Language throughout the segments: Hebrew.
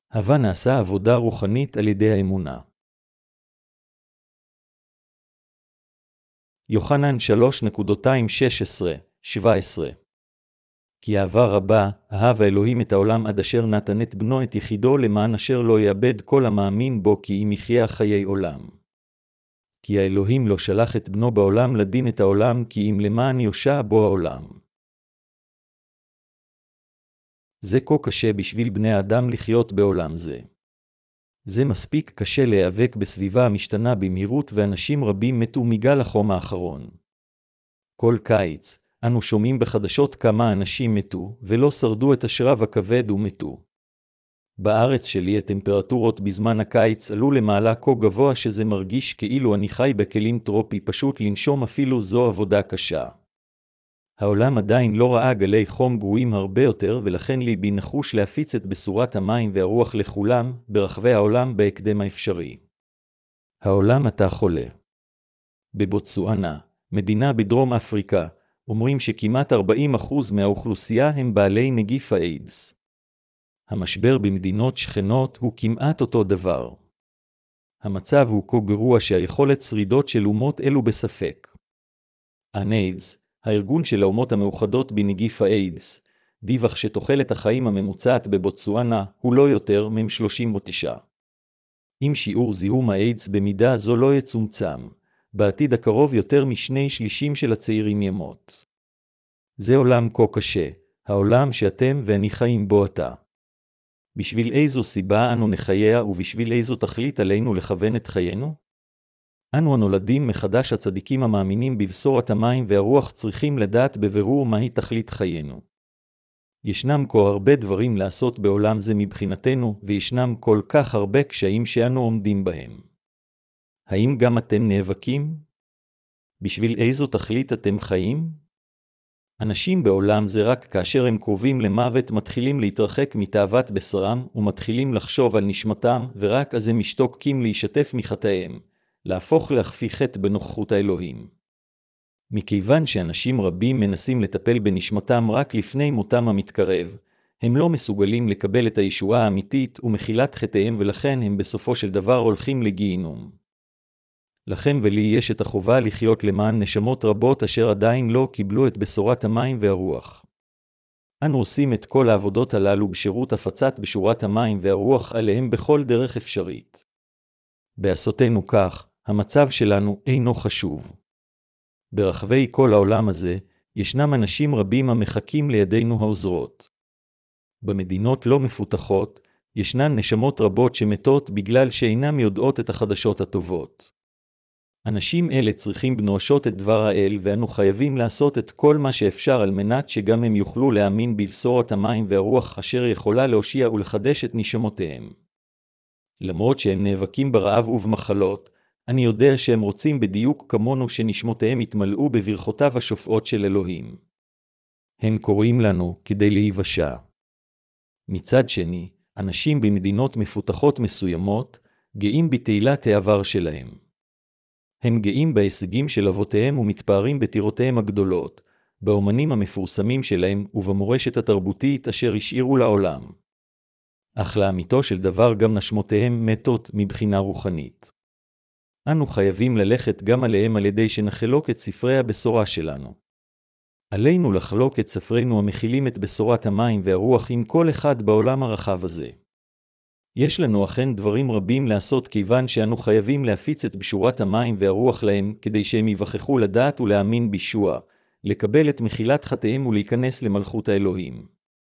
הווה נעשה עבודה רוחנית על ידי האמונה. יוחנן 3:16-17 כי אהבה רבה, אהב האלוהים את העולם עד אשר נתן את בנו את יחידו למען אשר לא יאבד כל המאמין בו כי אם יחיה חיי עולם. כי האלוהים לא שלח את בנו בעולם לדין את העולם כי אם למען יושע בו העולם. זה כה קשה בשביל בני האדם לחיות בעולם זה. זה מספיק קשה להיאבק בסביבה המשתנה במהירות ואנשים רבים מתו מגל החום האחרון. כל קיץ, אנו שומעים בחדשות כמה אנשים מתו ולא שרדו את השרב הכבד ומתו. בארץ שלי הטמפרטורות בזמן הקיץ עלו למעלה כה גבוה שזה מרגיש כאילו אני חי בכלים טרופי, פשוט לנשום אפילו זו עבודה קשה. העולם עדיין לא ראה גלי חום גרועים הרבה יותר ולכן ליבי נחוש להפיץ את בשורת המים והרוח לכולם ברחבי העולם בהקדם האפשרי. העולם עתה חולה. בבוטסואנה, מדינה בדרום אפריקה, אומרים שכמעט 40% מהאוכלוסייה הם בעלי נגיף האיידס. המשבר במדינות שכנות הוא כמעט אותו דבר. המצב הוא כה גרוע שהיכולת שרידות של אומות אלו בספק. אניידס, הארגון של האומות המאוחדות בנגיף האיידס, דיווח שתוחלת החיים הממוצעת בבוטסואנה הוא לא יותר מ-39. אם שיעור זיהום האיידס במידה זו לא יצומצם, בעתיד הקרוב יותר מ2/3 של הצעירים ימות. זה עולם כה קשה, העולם שאתם ואני חיים בו עתה. בשביל איזו סיבה אנו נחיה ובשביל איזו תכלית עלינו לכוון את חיינו? אנו הנולדים מחדש הצדיקים המאמינים בבשורת המים והרוח צריכים לדעת בבירור מהי תכלית חיינו. ישנם כה הרבה דברים לעשות בעולם זה מבחינתנו, וישנם כל כך הרבה קשיים שאנו עומדים בהם. האם גם אתם נאבקים? בשביל איזו תכלית אתם חיים? אנשים בעולם זה רק כאשר הם קרובים למוות מתחילים להתרחק מתאוות בשרם ומתחילים לחשוב על נשמתם, ורק אז הם משתוקקים להישטף מחטאיהם, להפוך להכפי חטא בנוכחות האלוהים. מכיוון שאנשים רבים מנסים לטפל בנשמתם רק לפני מותם המתקרב, הם לא מסוגלים לקבל את הישועה האמיתית ומחילת חטאיהם ולכן הם בסופו של דבר הולכים לגיהינום. לכן ולי יש את החובה לחיות למען נשמות רבות אשר עדיין לא קיבלו את בשורת המים והרוח. אנו עושים את כל העבודות הללו בשירות הפצת בשורת המים והרוח עליהם בכל דרך אפשרית. בעשותנו כך, המצב שלנו אינו חשוב. ברחבי כל העולם הזה, ישנם אנשים רבים המחכים לידינו העוזרות. במדינות לא מפותחות, ישנן נשמות רבות שמתות בגלל שאינם יודעות את החדשות הטובות. אנשים אלה צריכים בנואשות את דבר האל ואנו חייבים לעשות את כל מה שאפשר על מנת שגם הם יוכלו להאמין בבשורת המים והרוח אשר יכולה להושיע ולחדש את נשמותיהם. למרות שהם נאבקים ברעב ובמחלות, אני יודע שהם רוצים בדיוק כמונו שנשמותיהם יתמלאו בברכותיו השופעות של אלוהים. הם קוראים לנו כדי להיוושע. מצד שני, אנשים במדינות מפותחות מסוימות גאים בתהילת העבר שלהם. הם גאים בהישגים של אבותיהם ומתפארים בטירותיהם הגדולות, באומנים המפורסמים שלהם ובמורשת התרבותית אשר השאירו לעולם. אך לאמיתו של דבר גם נשמותיהם מתות מבחינה רוחנית. אנו חייבים ללכת גם עליהם על ידי שנחלוק את ספרי הבשורה שלנו. עלינו לחלוק את ספרינו המכילים את בשורת המים והרוח עם כל אחד בעולם הרחב הזה. יש לנו אכן דברים רבים לעשות כיוון שאנו חייבים להפיץ את בשורת המים והרוח להם כדי שהם יווכחו לדעת ולהאמין בישוע, לקבל את מחילת חטאיהם ולהיכנס למלכות האלוהים.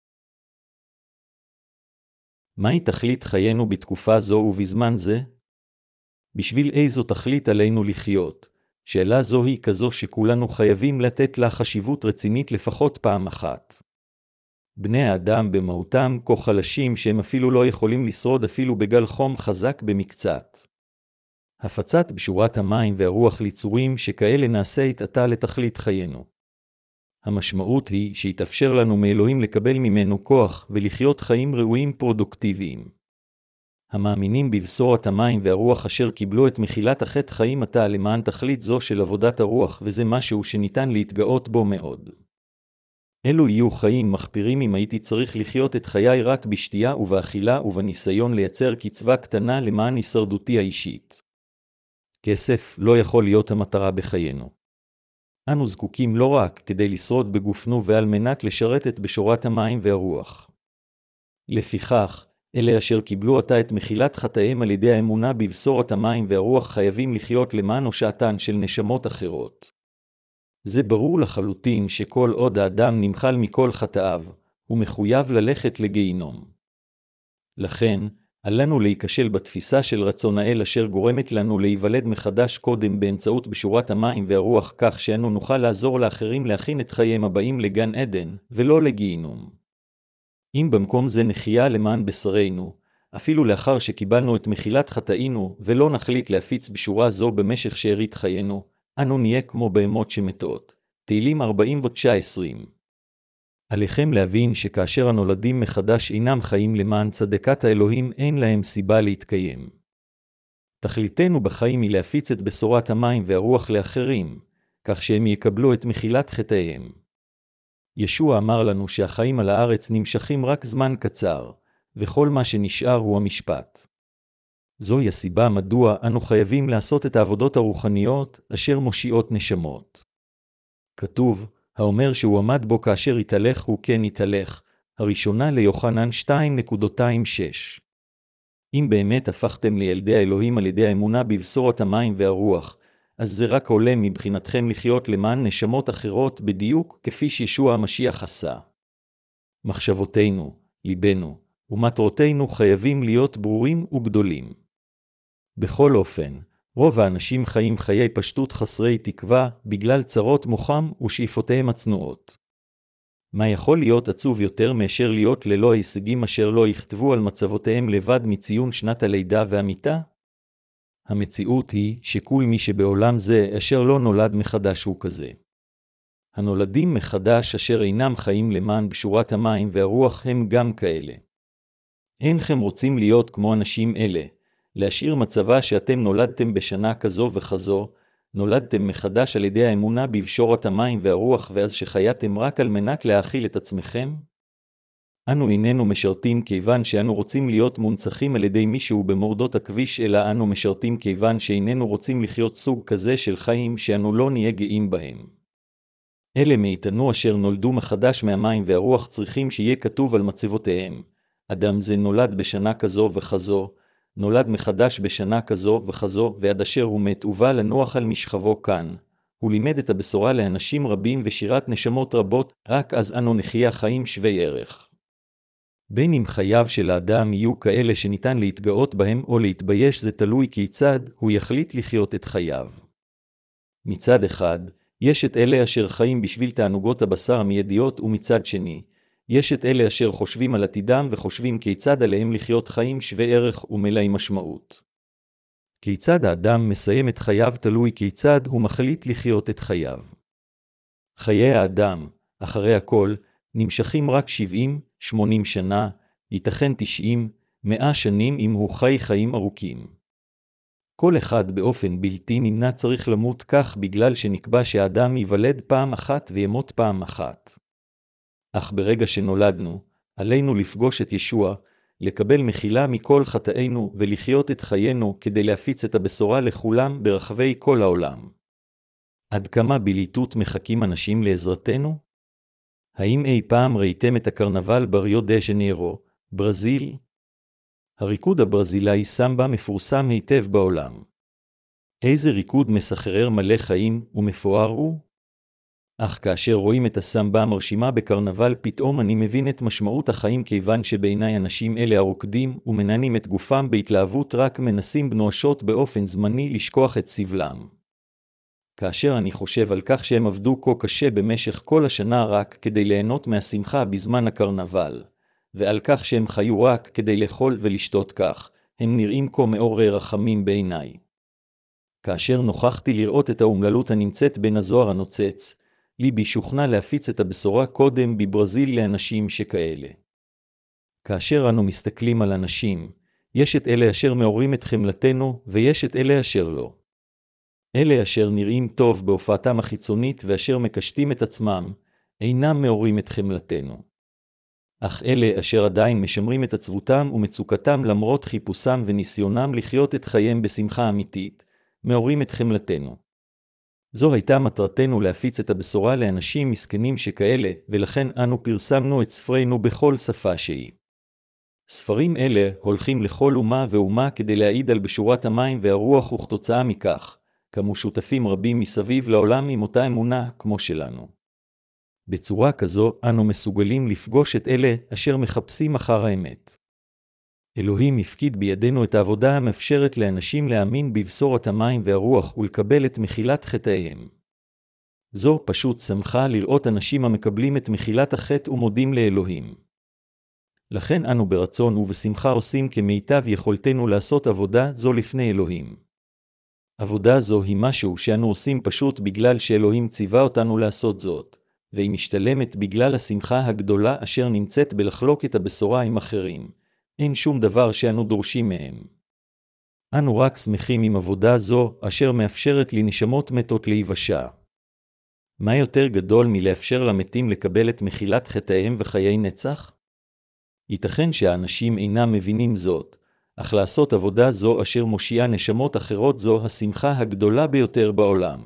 מהי תכלית חיינו בתקופה זו ובזמן זה? בשביל איזו תכלית עלינו לחיות? שאלה זו היא כזו שכולנו חייבים לתת לה חשיבות רצינית לפחות פעם אחת. בני האדם במהותם כה חלשים שהם אפילו לא יכולים לשרוד אפילו בגל חום חזק במקצת. הפצת בשורת המים והרוח ליצורים שכאלה נעשה התעתה לתכלית חיינו. המשמעות היא שיתאפשר לנו מאלוהים לקבל ממנו כוח ולחיות חיים ראויים פרודוקטיביים. המאמינים בבשורת המים והרוח אשר קיבלו את מחילת החטא חיים עתה למען תכלית זו של עבודת הרוח וזה משהו שניתן להתגאות בו מאוד. אלו יהיו חיים מחפירים אם הייתי צריך לחיות את חיי רק בשתייה ובאכילה ובניסיון לייצר קצבה קטנה למען הישרדותי האישית. כסף לא יכול להיות המטרה בחיינו. אנו זקוקים לא רק כדי לשרוד בגופנו ועל מנת לשרת את בשורת המים והרוח. לפיכך, אלה אשר קיבלו עתה את מחילת חטאיהם על ידי האמונה בבשורת המים והרוח חייבים לחיות למען הושעתן של נשמות אחרות. זה ברור לחלוטין שכל עוד האדם נמחל מכל חטאיו, הוא מחויב ללכת לגיהינום. לכן, עלינו להיכשל בתפיסה של רצון האל אשר גורמת לנו להיוולד מחדש קודם באמצעות בשורת המים והרוח כך שאנו נוכל לעזור לאחרים להכין את חייהם הבאים לגן עדן, ולא לגיהינום. אם במקום זה נחיה למען בשרנו, אפילו לאחר שקיבלנו את מחילת חטאינו ולא נחליט להפיץ בשורה זו במשך שארית חיינו, אנו נהיה כמו בהמות שמתות. תהילים 40:19. עליכם להבין שכאשר הנולדים מחדש אינם חיים למען צדקת האלוהים אין להם סיבה להתקיים. תכליתנו בחיים היא להפיץ את בשורת המים והרוח לאחרים, כך שהם יקבלו את מחילת חטאיהם. ישוע אמר לנו שהחיים על הארץ נמשכים רק זמן קצר, וכל מה שנשאר הוא המשפט. זוהי הסיבה מדוע אנו חייבים לעשות את העבודות הרוחניות אשר מושיעות נשמות. כתוב, האומר שהוא עמד בו כאשר יתהלך הוא כן יתהלך, הראשונה ליוחנן 2:26. אם באמת הפכתם לילדי האלוהים על ידי האמונה בבשורת המים והרוח, אז זה רק עולה מבחינתכם לחיות למען נשמות אחרות בדיוק כפי שישוע המשיח עשה. מחשבותינו, ליבנו ומטרותינו חייבים להיות ברורים וגדולים. בכל אופן, רוב האנשים חיים חיי פשטות חסרי תקווה בגלל צרות מוחם ושאיפותיהם הצנועות. מה יכול להיות עצוב יותר מאשר להיות ללא ההישגים אשר לא יכתבו על מצבותיהם לבד מציון שנת הלידה והמיטה? המציאות היא שכל מי שבעולם זה אשר לא נולד מחדש הוא כזה. הנולדים מחדש אשר אינם חיים למען בשורת המים והרוח הם גם כאלה. אינכם רוצים להיות כמו אנשים אלה, להשאיר מצבה שאתם נולדתם בשנה כזו וכזו, נולדתם מחדש על ידי האמונה בבשורת המים והרוח ואז שחייתם רק על מנת להאכיל את עצמכם? אנו איננו משרתים כיוון שאנו רוצים להיות מונצחים על ידי מישהו במורדות הכביש, אלא אנו משרתים כיוון שאיננו רוצים לחיות סוג כזה של חיים שאנו לא נהיה גאים בהם. אלה מאיתנו אשר נולדו מחדש מהמים והרוח צריכים שיהיה כתוב על מצבותיהם, אדם זה נולד בשנה כזו וכזו, נולד מחדש בשנה כזו וכזו, ועד אשר הוא מת ובא לנוח על משכבו כאן. הוא לימד את הבשורה לאנשים רבים ושירת נשמות רבות, רק אז אנו נחיה חיים שווי ערך. בין אם חייו של האדם יהיו כאלה שניתן להתגאות בהם או להתבייש, זה תלוי כיצד הוא יחליט לחיות את חייו. מצד אחד, יש את אלה אשר חיים בשביל תענוגות הבשר המיידיות, ומצד שני, יש את אלה אשר חושבים על עתידם וחושבים כיצד עליהם לחיות חיים שווי ערך ומלאי משמעות. כיצד האדם מסיים את חייו תלוי כיצד הוא מחליט לחיות את חייו. חיי האדם, אחרי הכל, נמשכים רק 70, 80 שנה, ייתכן 90, 100 שנים אם הוא חי חיים ארוכים. כל אחד באופן בלתי נמנע צריך למות כך בגלל שנקבע שהאדם ייוולד פעם אחת וימות פעם אחת. אך ברגע שנולדנו, עלינו לפגוש את ישוע, לקבל מחילה מכל חטאינו ולחיות את חיינו כדי להפיץ את הבשורה לכולם ברחבי כל העולם. עד כמה בליטות מחכים אנשים לעזרתנו? האם אי פעם ראיתם את הקרנבל בריו דה ז'ניירו, ברזיל? הריקוד הברזילאי סמבה מפורסם היטב בעולם. איזה ריקוד מסחרר מלא חיים ומפואר הוא? אך כאשר רואים את הסמבה המרשימה בקרנבל, פתאום אני מבין את משמעות החיים, כיוון שבעיניי אנשים אלה הרוקדים ומנענים את גופם בהתלהבות רק מנסים בנואשות באופן זמני לשכוח את סבלם. כאשר אני חושב על כך שהם עבדו כה קשה במשך כל השנה רק כדי ליהנות מהשמחה בזמן הקרנבל, ועל כך שהם חיו רק כדי לאכול ולשתות כך, הם נראים כה מעוררי רחמים בעיניי. כאשר נוכחתי לראות את האומללות הנמצאת בין הזוהר הנוצץ, ליבי שוכנע להפיץ את הבשורה קודם בברזיל לאנשים שכאלה. כאשר אנו מסתכלים על אנשים, יש את אלה אשר מעוררים את חמלתנו ויש את אלה אשר לא. אלה אשר נראים טוב בהופעתם החיצונית ואשר מקשטים את עצמם, אינם מעוררים את חמלתנו. אך אלה אשר עדיין משמרים את עצבותם ומצוקתם למרות חיפושם וניסיונם לחיות את חייהם בשמחה אמיתית, מעוררים את חמלתנו. זו הייתה מטרתנו להפיץ את הבשורה לאנשים מסכנים שכאלה, ולכן אנו פרסמנו את ספרינו בכל שפה שהיא. ספרים אלה הולכים לכל אומה ואומה כדי להעיד על בשורת המים והרוח, וכתוצאה מכך, כמו שותפים רבים מסביב לעולם עם אותה אמונה כמו שלנו. בצורה כזו אנו מסוגלים לפגוש את אלה אשר מחפשים אחר האמת. אלוהים הפקיד בידינו את העבודה המאפשרת לאנשים להאמין בבשורת המים והרוח ולקבל את מחילת חטאיהם. זו פשוט שמחה לראות אנשים המקבלים את מחילת החטא ומודים לאלוהים. לכן אנו ברצון ובשמחה עושים כמיטב יכולתנו לעשות עבודה זו לפני אלוהים. עבודה זו היא משהו שאנו עושים פשוט בגלל שאלוהים ציווה אותנו לעשות זאת, והיא משתלמת בגלל השמחה הגדולה אשר נמצאת בלחלוק את הבשורה עם אחרים. אין שום דבר שאנו דורשים מהם. אנו רק שמחים עם עבודה זו אשר מאפשרת לנשמות מתות להיוושע. מה יותר גדול מלאפשר למתים לקבל את מחילת חטאיהם וחיי נצח? ייתכן שהאנשים אינם מבינים זאת, אך לעשות עבודה זו אשר מושיעה נשמות אחרות זו השמחה הגדולה ביותר בעולם.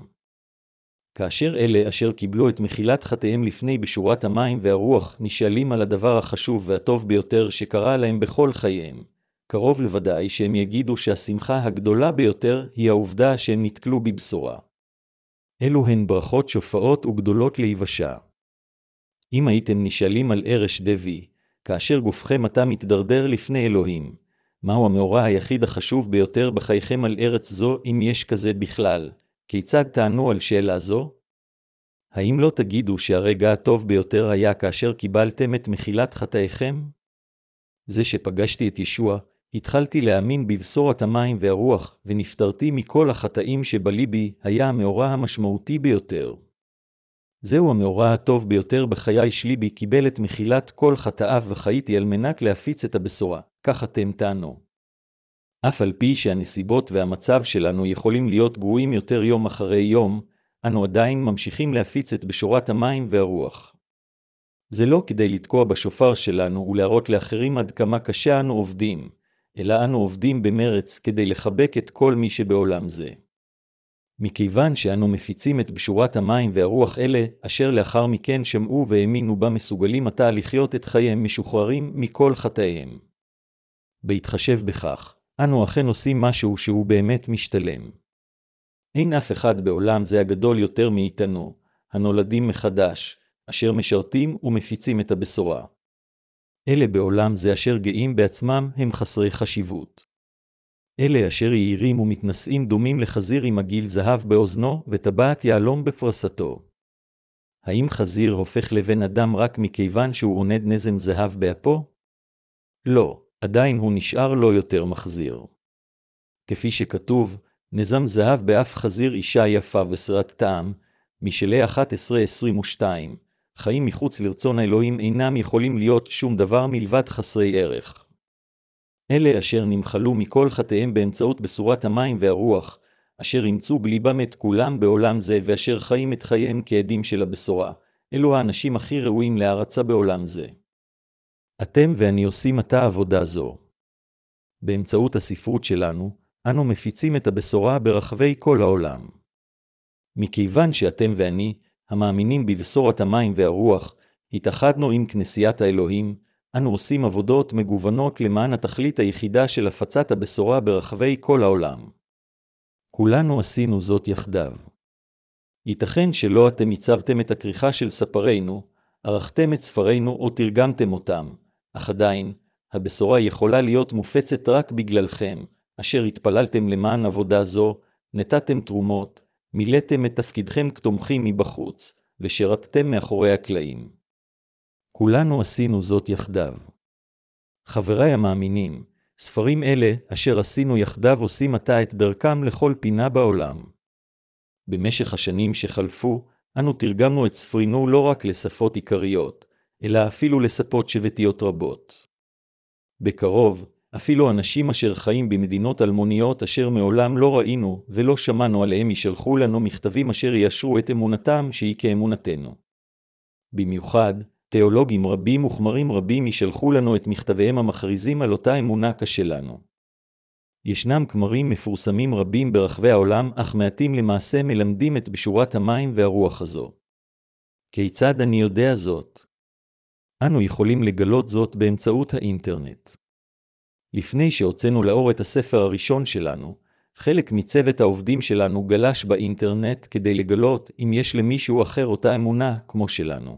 כאשר אלה אשר קיבלו את מחילת חטאיהם לפני בשורת המים והרוח נשאלים על הדבר החשוב והטוב ביותר שקרה להם בכל חייהם, קרוב לוודאי שהם יגידו שהשמחה הגדולה ביותר היא העובדה שהם נתקלו בבשורה. אלו הן ברכות שופעות וגדולות להיוושע. אם הייתם נשאלים על ערש דבי, כאשר גופכם עתה מתדרדר לפני אלוהים, מהו המאורע היחיד החשוב ביותר בחייכם על ארץ זו, אם יש כזה בכלל? כיצד תענו על שאלה זו? האם לא תגידו שהרגע הטוב ביותר היה כאשר קיבלתם את מחילת חטאיכם? זה שפגשתי את ישוע, התחלתי להאמין בבשורת המים והרוח, ונפטרתי מכל החטאים שבליבי, היה המאורע המשמעותי ביותר. זהו המאורע הטוב ביותר בחיי שליבי, קיבל את מחילת כל חטאיו וחייתי על מנת להפיץ את הבשורה, כך אתם תענו. אף על פי שהנסיבות והמצב שלנו יכולים להיות גרועים יותר יום אחרי יום, אנו עדיין ממשיכים להפיץ את בשורת המים והרוח. זה לא כדי לתקוע בשופר שלנו ולהראות לאחרים עד כמה קשה אנו עובדים, אלא אנו עובדים במרץ כדי לחבק את כל מי שבעולם זה. מכיוון שאנו מפיצים את בשורת המים והרוח אלה, אשר לאחר מכן שמעו והאמינו בה מסוגלים עתה לחיות את חייהם משוחררים מכל חטאיהם. בהתחשב בכך, אנו אכן עושים משהו שהוא באמת משתלם. אין אף אחד בעולם זה הגדול יותר מאיתנו, הנולדים מחדש, אשר משרתים ומפיצים את הבשורה. אלה בעולם זה אשר גאים בעצמם הם חסרי חשיבות. אלה אשר יעירים ומתנשאים דומים לחזיר עם עגיל זהב באוזנו וטבעת יהלום בפרסתו. האם חזיר הופך לבן אדם רק מכיוון שהוא עונד נזם זהב באפו? לא. עדיין הוא נשאר לא יותר מחזיר. כפי שכתוב, נזם זהב באף חזיר אישה יפה ושרת טעם, משלי 11:22, חיים מחוץ לרצון האלוהים אינם יכולים להיות שום דבר מלבד חסרי ערך. אלה אשר נמחלו מכל חטאיהם באמצעות בשורת המים והרוח, אשר ימצאו בליבם את כולם בעולם זה ואשר חיים את חייהם כעדים של הבשורה, אלו האנשים הכי ראויים להערצה בעולם זה. אתם ואני עושים עתה עבודה זו. באמצעות הספרות שלנו, אנו מפיצים את הבשורה ברחבי כל העולם. מכיוון שאתם ואני, המאמינים בבשורת המים והרוח, התאחדנו עם כנסיית האלוהים, אנו עושים עבודות מגוונות למען התכלית היחידה של הפצת הבשורה ברחבי כל העולם. כולנו עשינו זאת יחדיו. ייתכן שלא אתם ייצרתם את הכריכה של ספרינו, ערכתם את ספרינו או תרגמתם אותם, אך עדיין, הבשורה יכולה להיות מופצת רק בגללכם, אשר התפללתם למען עבודה זו, נתתם תרומות, מילאתם את תפקידכם כתומכים מבחוץ, ושרתתם מאחורי הקלעים. כולנו עשינו זאת יחדיו. חבריי המאמינים, ספרים אלה אשר עשינו יחדיו עושים עתה את דרכם לכל פינה בעולם. במשך השנים שחלפו, אנו תרגמנו את ספרינו לא רק לשפות עיקריות, אלא אפילו לשפות שבטיות רבות. בקרוב, אפילו אנשים אשר חיים במדינות אלמוניות אשר מעולם לא ראינו ולא שמענו עליהם ישלחו לנו מכתבים אשר ישרו את אמונתם שהיא כאמונתנו. במיוחד, תיאולוגים רבים וכמרים רבים ישלחו לנו את מכתביהם המכריזים על אותה אמונה כשלנו. ישנם כמרים מפורסמים רבים ברחבי העולם, אך מעטים למעשה מלמדים את בשורת המים והרוח הזו. כיצד אני יודע זאת? אנו יכולים לגלות זאת באמצעות האינטרנט. לפני שהוצאנו לאור את הספר הראשון שלנו, חלק מצוות העובדים שלנו גלש באינטרנט כדי לגלות אם יש למישהו אחר אותה אמונה כמו שלנו.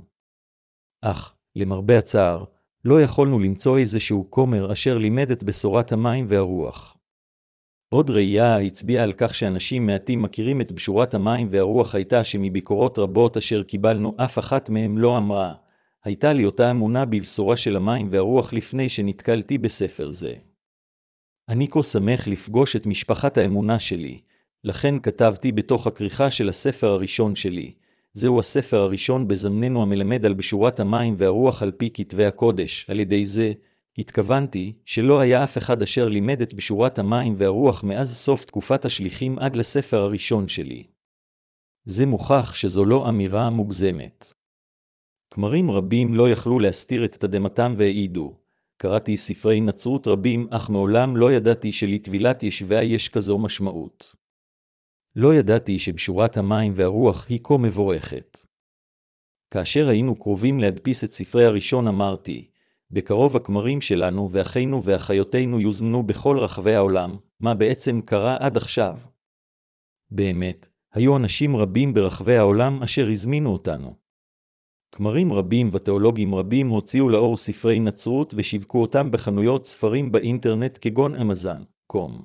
אך, למרבה הצער, לא יכולנו למצוא איזשהו כומר אשר לימד את בשורת המים והרוח. עוד ראייה הצביעה על כך שאנשים מעטים מכירים את בשורת המים והרוח הייתה שמביקורות רבות אשר קיבלנו אף אחת מהם לא אמרה, הייתה לי אותה אמונה בבשורה של המים והרוח לפני שנתקלתי בספר זה. אני כה שמח לפגוש את משפחת האמונה שלי, לכן כתבתי בתוך הכריכה של הספר הראשון שלי. זהו הספר הראשון בזמננו המלמד על בשורת המים והרוח על פי כתבי הקודש. על ידי זה, התכוונתי שלא היה אף אחד אשר לימד את בשורת המים והרוח מאז סוף תקופת השליחים עד לספר הראשון שלי. זה מוכח שזו לא אמירה מוגזמת. כמרים רבים לא יכלו להסתיר את תדהמתם והעידו. קראתי ספרי נצרות רבים, אך מעולם לא ידעתי שלטבילת ישביה יש כזו משמעות. לא ידעתי שבשורת המים והרוח היא כה מבורכת. כאשר היינו קרובים להדפיס את ספרי הראשון אמרתי, בקרוב הכמרים שלנו ואחינו ואחיותינו יוזמנו בכל רחבי העולם, מה בעצם קרה עד עכשיו. באמת, היו אנשים רבים ברחבי העולם אשר הזמינו אותנו. כמרים רבים ותיאולוגים רבים הוציאו לאור ספרי נצרות ושיווקו אותם בחנויות ספרים באינטרנט כגון אמזון.com.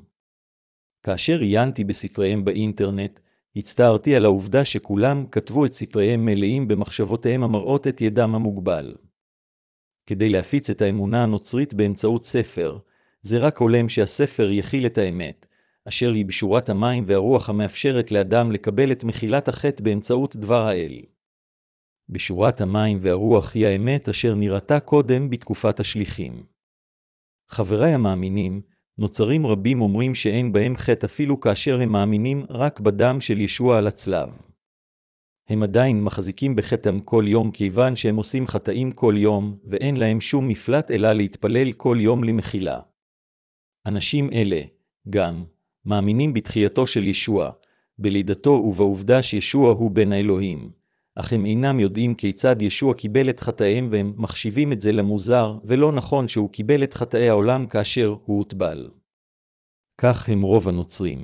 כאשר עיינתי בספריהם באינטרנט, הצטערתי על העובדה שכולם כתבו את ספריהם מלאים במחשבותיהם המראות את ידם המוגבל. כדי להפיץ את האמונה הנוצרית באמצעות ספר, זה רק הולם שהספר יכיל את האמת, אשר היא בשורת המים והרוח המאפשרת לאדם לקבל את מחילת החטא באמצעות דבר האל. בשורת המים והרוח היא האמת אשר נראתה קודם בתקופת השליחים. חבריי המאמינים, נוצרים רבים אומרים שאין בהם חטא אפילו כאשר הם מאמינים רק בדם של ישוע על הצלב. הם עדיין מחזיקים בחטאם כל יום כיוון שהם עושים חטאים כל יום, ואין להם שום מפלט אלא להתפלל כל יום למחילה. אנשים אלה, גם, מאמינים בתחייתו של ישוע, בלידתו ובעובדה שישוע הוא בן האלוהים, אך הם אינם יודעים כיצד ישוע קיבל את חטאיהם והם מחשיבים את זה למוזר ולא נכון שהוא קיבל את חטאי העולם כאשר הוא הוטבל. כך הם רוב הנוצרים.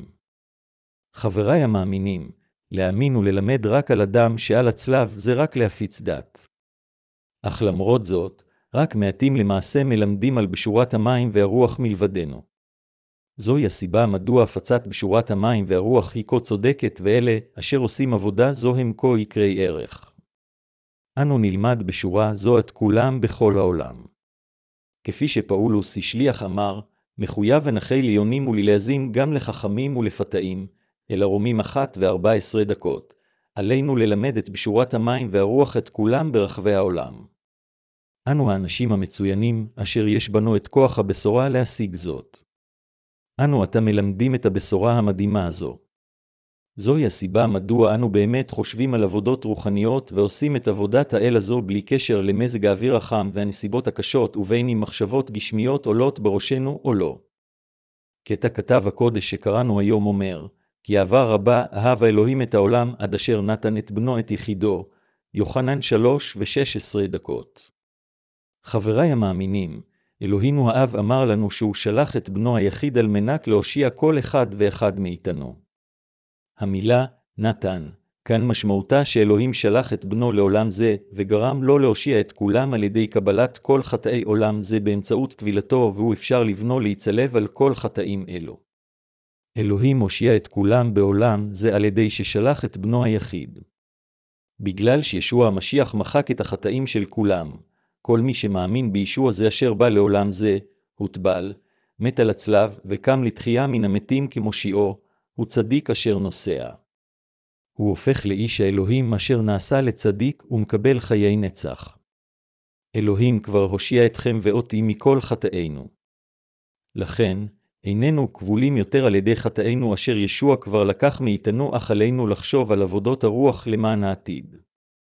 חבריי המאמינים, להאמין וללמד רק על אדם שעל הצלב זה רק להפיץ דת. אך למרות זאת, רק מעטים למעשה מלמדים על בשורת המים והרוח מלבדנו. זוהי הסיבה מדוע הפצת בשורת המים והרוח היא כה צודקת ואלה אשר עושים עבודה זו הם כה יקרי ערך. אנו נלמד בשורה זו את כולם בכל העולם. כפי שפאולוס השליח אמר, מחויב הנחי ליונים וללעזים גם לחכמים ולפתאים, אל הרומים 1:14. עלינו ללמד את בשורת המים והרוח את כולם ברחבי העולם. אנו האנשים המצוינים אשר יש בנו את כוח הבשורה להשיג זאת. אנו עתה מלמדים את הבשורה המדהימה הזו. זוהי הסיבה מדוע אנו באמת חושבים על עבודות רוחניות ועושים את עבודת האל הזו בלי קשר למזג האוויר החם והנסיבות הקשות ובין אם מחשבות גשמיות עולות בראשנו או לא. קטע כתב הקודש שקראנו היום אומר, כי אהבה רבה אהב האלוהים את העולם עד אשר נתן את בנו את יחידו, יוחנן 3:16. חבריי המאמינים, אלוהינו האב אמר לנו שהוא שלח את בנו היחיד על מנת להושיע כל אחד ואחד מאיתנו. המילה נתן, כאן משמעותה שאלוהים שלח את בנו לעולם זה וגרם לו להושיע את כולם על ידי קבלת כל חטאי עולם זה באמצעות טבילתו והוא אפשר לבנו להצלב על כל חטאים אלו. אלוהים הושיע את כולם בעולם זה על ידי ששלח את בנו היחיד. בגלל שישוע המשיח מחק את החטאים של כולם, כל מי שמאמין בישוע זה אשר בא לעולם זה, הוטבל, מת על הצלב וקם לתחייה מן המתים כמושיעו, הוא צדיק אשר נוסע. הוא הופך לאיש האלוהים אשר נעשה לצדיק ומקבל חיי נצח. אלוהים כבר הושיע אתכם ואותי מכל חטאינו. לכן, איננו כבולים יותר על ידי חטאינו אשר ישוע כבר לקח מאיתנו אך עלינו לחשוב על עבודות הרוח למען העתיד.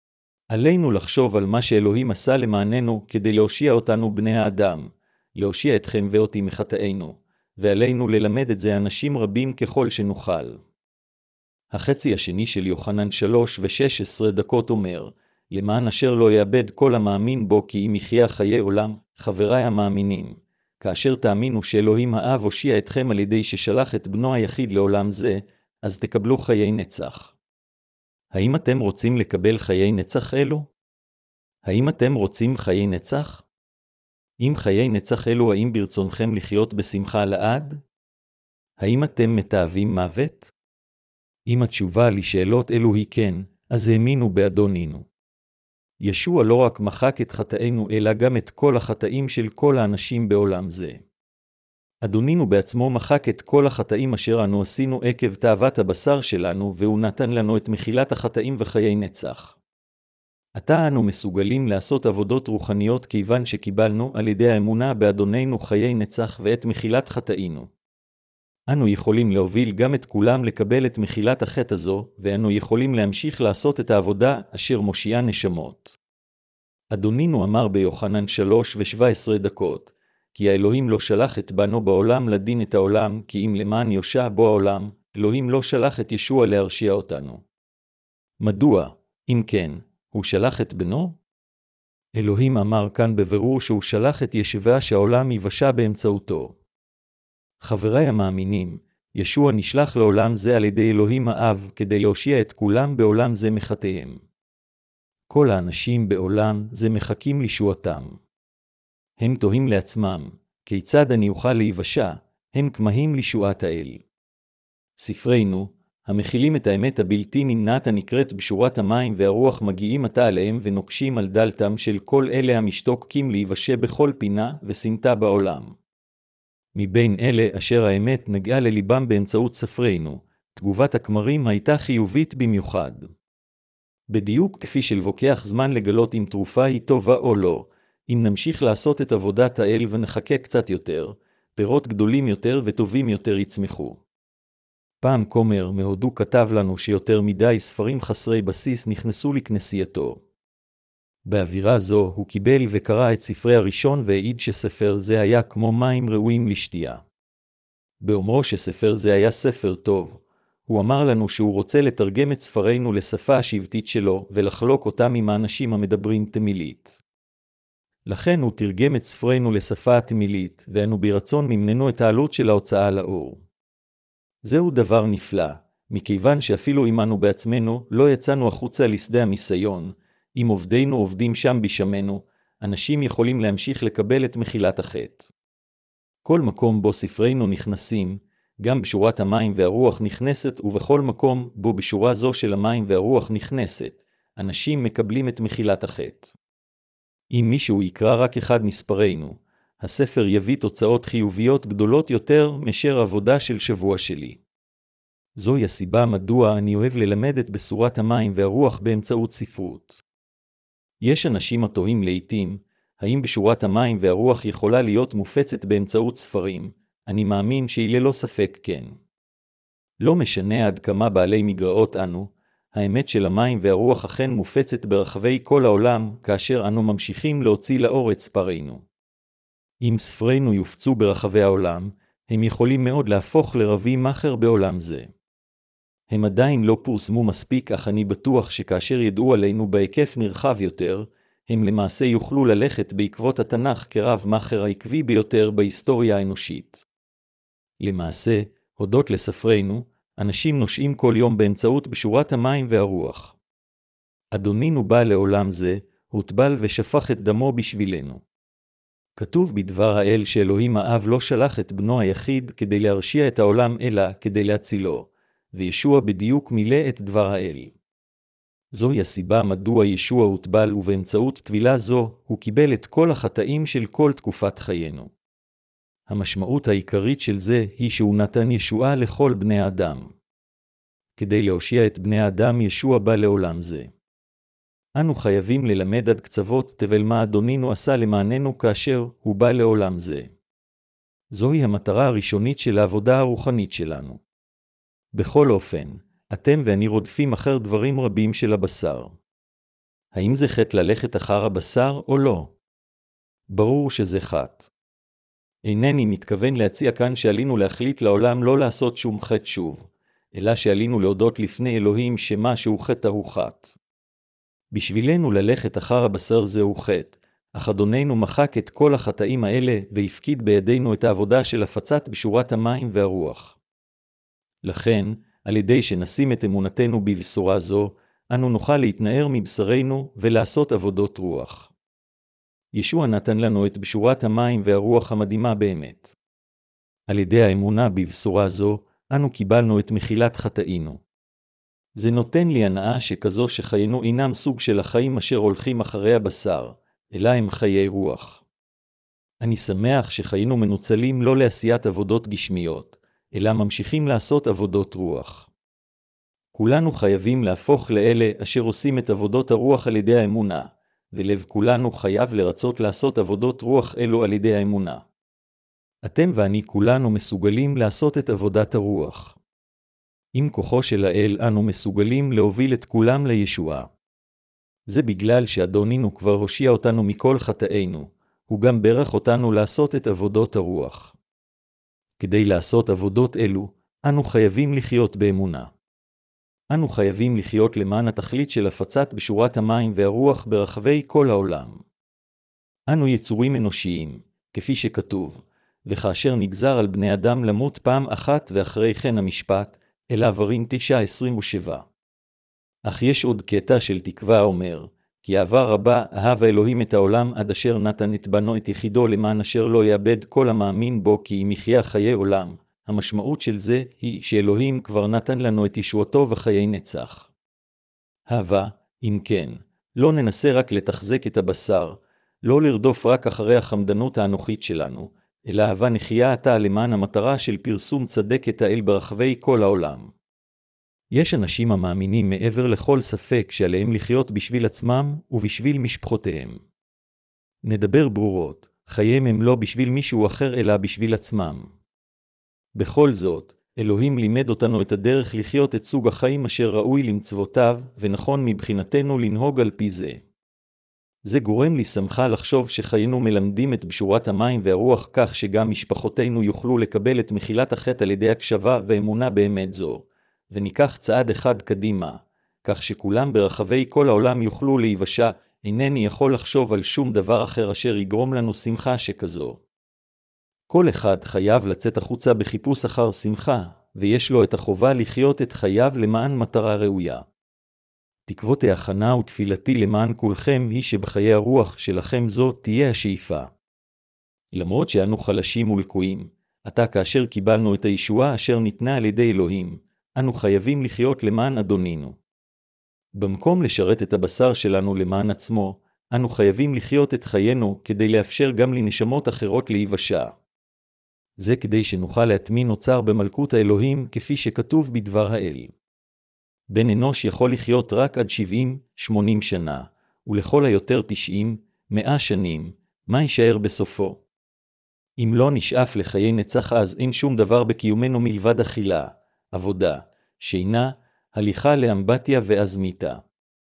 עלינו לחשוב על מה שאלוהים עשה למעננו כדי להושיע אותנו בני האדם, להושיע אתכם ואותי מחטאינו, ועלינו ללמד את זה אנשים רבים ככל שנוכל. החצי השני של יוחנן 3:16 אומר, למען אשר לא יאבד כל המאמין בו כי אם יחיה חיי עולם, חבריי המאמינים, כאשר תאמינו שאלוהים האב הושיע אתכם על ידי ששלח את בנו היחיד לעולם זה, אז תקבלו חיי נצח. האם אתם רוצים לקבל חיי נצח אלו? האם אתם רוצים חיי נצח? אם חיי נצח אלו, האם ברצונכם לחיות בשמחה לעד? האם אתם מתאהבים מוות? אם התשובה לשאלות אלו היא כן, אז האמינו באדונינו. ישוע לא רק מחק את חטאינו, אלא גם את כל החטאים של כל האנשים בעולם זה. אדונינו בעצמו מחק את כל החטאים אשר אנו עשינו עקב תאוות הבשר שלנו, והוא נתן לנו את מחילת החטאים וחיי נצח. עתה אנו מסוגלים לעשות עבודות רוחניות כיוון שקיבלנו על ידי האמונה באדוננו חיי נצח ואת מחילת חטאינו. אנו יכולים להוביל גם את כולם לקבל את מחילת החטא הזו, ואנו יכולים להמשיך לעשות את העבודה אשר מושיעה נשמות. אדונינו אמר ביוחנן 3:17, כי האלוהים לא שלח את בנו בעולם לדין את העולם, כי אם למען יושע בו העולם, אלוהים לא שלח את ישוע להרשיע אותנו. מדוע, אם כן, הוא שלח את בנו? אלוהים אמר כאן בבירור שהוא שלח את ישוע שהעולם יבשע באמצעותו. חבריי המאמינים, ישוע נשלח לעולם זה על ידי אלוהים האב כדי להושיע את כולם בעולם זה מחטאיהם. כל האנשים בעולם זה מחכים לישועתם. הם תוהים לעצמם, כיצד אני אוכל להיוושע? הם כמהים לישועת האל. ספרינו, המכילים את האמת הבלתי נמנעת הנקראת בשורת המים והרוח מגיעים עתה עליהם ונוקשים על דלתם של כל אלה המשתוקקים להיוושע בכל פינה וסמטה בעולם. מבין אלה אשר האמת נגעה לליבם באמצעות ספרינו, תגובת הכמרים הייתה חיובית במיוחד. בדיוק כפי שלוקח זמן לגלות אם תרופה היא טובה או לא, אם נמשיך לעשות את עבודת האל ונחכה קצת יותר, פירות גדולים יותר וטובים יותר יצמחו. פעם כומר מהודו כתב לנו שיותר מדי ספרים חסרי בסיס נכנסו לכנסייתו. באווירה זו הוא קיבל וקרא את ספרי הראשון והעיד שספר זה היה כמו מים ראויים לשתייה. באומרו שספר זה היה ספר טוב, הוא אמר לנו שהוא רוצה לתרגם את ספרינו לשפה השבטית שלו ולחלוק אותם עם האנשים המדברים תמילית. לכן הוא תרגם את ספרינו לשפה התמילית, ואנו ברצון ממננו את העלות של ההוצאה לאור. זהו דבר נפלא, מכיוון שאפילו אם אנו בעצמנו לא יצאנו החוצה לשדה הניסיון, אם עובדינו עובדים שם בשמנו, אנשים יכולים להמשיך לקבל את מחילת החטא. כל מקום בו ספרינו נכנסים, גם בשורת המים והרוח נכנסת, ובכל מקום בו בשורה זו של המים והרוח נכנסת, אנשים מקבלים את מחילת החטא. אם מישהו יקרא רק אחד מספרינו, הספר יביא תוצאות חיוביות גדולות יותר מאשר עבודה של שבוע שלי. זוהי הסיבה מדוע אני אוהב ללמד את בשורת המים והרוח באמצעות ספרות. יש אנשים התוהים לעתים, האם בשורת המים והרוח יכולה להיות מופצת באמצעות ספרים? אני מאמין שהיא ללא ספק כן. לא משנה עד כמה בעלי מגרעות אנו, האמת של המים והרוח אכן מופצת ברחבי כל העולם, כאשר אנו ממשיכים להוציא לאור את ספרינו. אם ספרינו יופצו ברחבי העולם, הם יכולים מאוד להפוך לרבי מחר בעולם זה. הם עדיין לא פורסמו מספיק, אך אני בטוח שכאשר ידעו עלינו בהיקף נרחב יותר, הם למעשה יוכלו ללכת בעקבות התנ"ך כרב מחר העקבי ביותר בהיסטוריה האנושית. למעשה, הודות לספרינו, אנשים נושעים כל יום באמצעות בשורת המים והרוח. אדונינו בא לעולם זה, הוטבל ושפך את דמו בשבילנו. כתוב בדבר האל שאלוהים האב לא שלח את בנו היחיד כדי להרשיע את העולם אלא כדי להצילו, וישוע בדיוק מילא את דבר האל. זוהי הסיבה מדוע ישוע הוטבל, ובאמצעות טבילה זו הוא קיבל את כל החטאים של כל תקופת חיינו. המשמעות העיקרית של זה היא שהוא נתן ישועה לכל בני האדם. כדי להושיע את בני האדם ישוע בא לעולם זה. אנו חייבים ללמד עד קצוות תבל מה אדונינו עשה למעננו כאשר הוא בא לעולם זה. זוהי המטרה הראשונית של העבודה הרוחנית שלנו. בכל אופן, אתם ואני רודפים אחר דברים רבים של הבשר. האם זה חטא ללכת אחר הבשר או לא? ברור שזה חטא. אינני מתכוון להציע כאן שעלינו להחליט לעולם לא לעשות שום חטא שוב, אלא שעלינו להודות לפני אלוהים שמה שהוא חטא הוא חטא. בשבילנו ללכת אחר הבשר זהו חטא, אך אדוננו מחק את כל החטאים האלה והפקיד בידינו את העבודה של הפצת בשורת המים והרוח. לכן, על ידי שנשים את אמונתנו בבשורה זו, אנו נוכל להתנער מבשרנו ולעשות עבודות רוח. ישוע נתן לנו את בשורת המים והרוח המדהימה באמת. על ידי האמונה בבשורה זו, אנו קיבלנו את מחילת חטאינו. זה נותן לי הנאה שכזו שחיינו אינם סוג של החיים אשר הולכים אחרי הבשר, אלא הם חיי רוח. אני שמח שחיינו מנוצלים לא לעשיית עבודות גשמיות, אלא ממשיכים לעשות עבודות רוח. כולנו חייבים להפוך לאלה אשר עושים את עבודות הרוח על ידי האמונה, ולב כולנו חייב לרצות לעשות עבודות רוח אלו על ידי האמונה. אתם ואני כולנו מסוגלים לעשות את עבודת הרוח. עם כוחו של האל אנו מסוגלים להוביל את כולם לישועה. זה בגלל שאדונינו כבר הושיע אותנו מכל חטאינו, הוא גם ברך אותנו לעשות את עבודות הרוח. כדי לעשות עבודות אלו, אנו חייבים לחיות באמונה. אנו חייבים לחיות למען התכלית של הפצת בשורת המים והרוח ברחבי כל העולם. אנו יצורים אנושיים, כפי שכתוב, וכאשר נגזר על בני אדם למות פעם אחת ואחרי כן המשפט, אלא עברים 9:27. אך יש עוד קטע של תקווה אומר, כי אהבה רבה אהב האלוהים את העולם עד אשר נתן את בנו את יחידו למען אשר לא יאבד כל המאמין בו כי אם יחיה חיי עולם. המשמעות של זה היא שאלוהים כבר נתן לנו את ישועתו וחיי נצח. אהבה, אם כן, לא ננסה רק לתחזק את הבשר, לא לרדוף רק אחרי החמדנות האנוכית שלנו, אלא אהבה נחיה עתה למען המטרה של פרסום צדקת האל ברחבי כל העולם. יש אנשים המאמינים מעבר לכל ספק שעליהם לחיות בשביל עצמם ובשביל משפחותיהם. נדבר ברורות, חייהם הם לא בשביל מישהו אחר אלא בשביל עצמם. בכל זאת, אלוהים לימד אותנו את הדרך לחיות את סוג החיים אשר ראוי למצוותיו, ונכון מבחינתנו לנהוג על פי זה. זה גורם לי שמחה לחשוב שחיינו מלמדים את בשורת המים והרוח כך שגם משפחותינו יוכלו לקבל את מחילת החטא על ידי הקשבה ואמונה באמת זו, וניקח צעד אחד קדימה, כך שכולם ברחבי כל העולם יוכלו להיוושע. אינני יכול לחשוב על שום דבר אחר אשר יגרום לנו שמחה שכזו. כל אחד חייב לצאת החוצה בחיפוש אחר שמחה, ויש לו את החובה לחיות את חייו למען מטרה ראויה. תקוותי הכנה ותפילתי למען כולכם היא שבחיי הרוח שלכם זו תהיה השאיפה. למרות שאנו חלשים ולקויים, עתה כאשר קיבלנו את הישועה אשר ניתנה על ידי אלוהים, אנו חייבים לחיות למען אדונינו. במקום לשרת את הבשר שלנו למען עצמו, אנו חייבים לחיות את חיינו כדי לאפשר גם לנשמות אחרות להיוושע. זה כדי שנוכל להטמין אוצר במלכות האלוהים כפי שכתוב בדבר האל. בן אנוש יכול לחיות רק עד 70-80 שנה, ולכל היותר 90-100 שנים, מה יישאר בסופו? אם לא נשאף לחיי נצח אז אין שום דבר בקיומנו מלבד אכילה, עבודה, שינה, הליכה לאמבטיה ואז מיתה.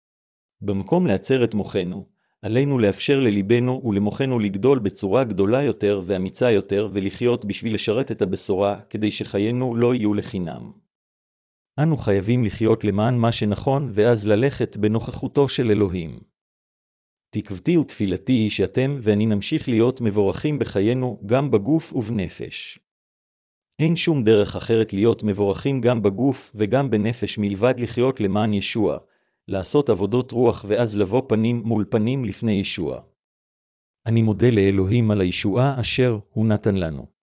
במקום לעצר את מוחנו, עלינו לאפשר לליבנו ולמוחנו לגדול בצורה גדולה יותר ואמיצה יותר ולחיות בשביל לשרת את הבשורה כדי שחיינו לא יהיו לחינם. אנו חייבים לחיות למען מה שנכון ואז ללכת בנוכחותו של אלוהים. תקוותי ותפילתי היא שאתם ואני נמשיך להיות מבורכים בחיינו גם בגוף ובנפש. אין שום דרך אחרת להיות מבורכים גם בגוף וגם בנפש מלבד לחיות למען ישוע, לעשות עבודות רוח ואז לבוא פנים מול פנים לפני ישוע. אני מודה לאלוהים על הישועה אשר הוא נתן לנו.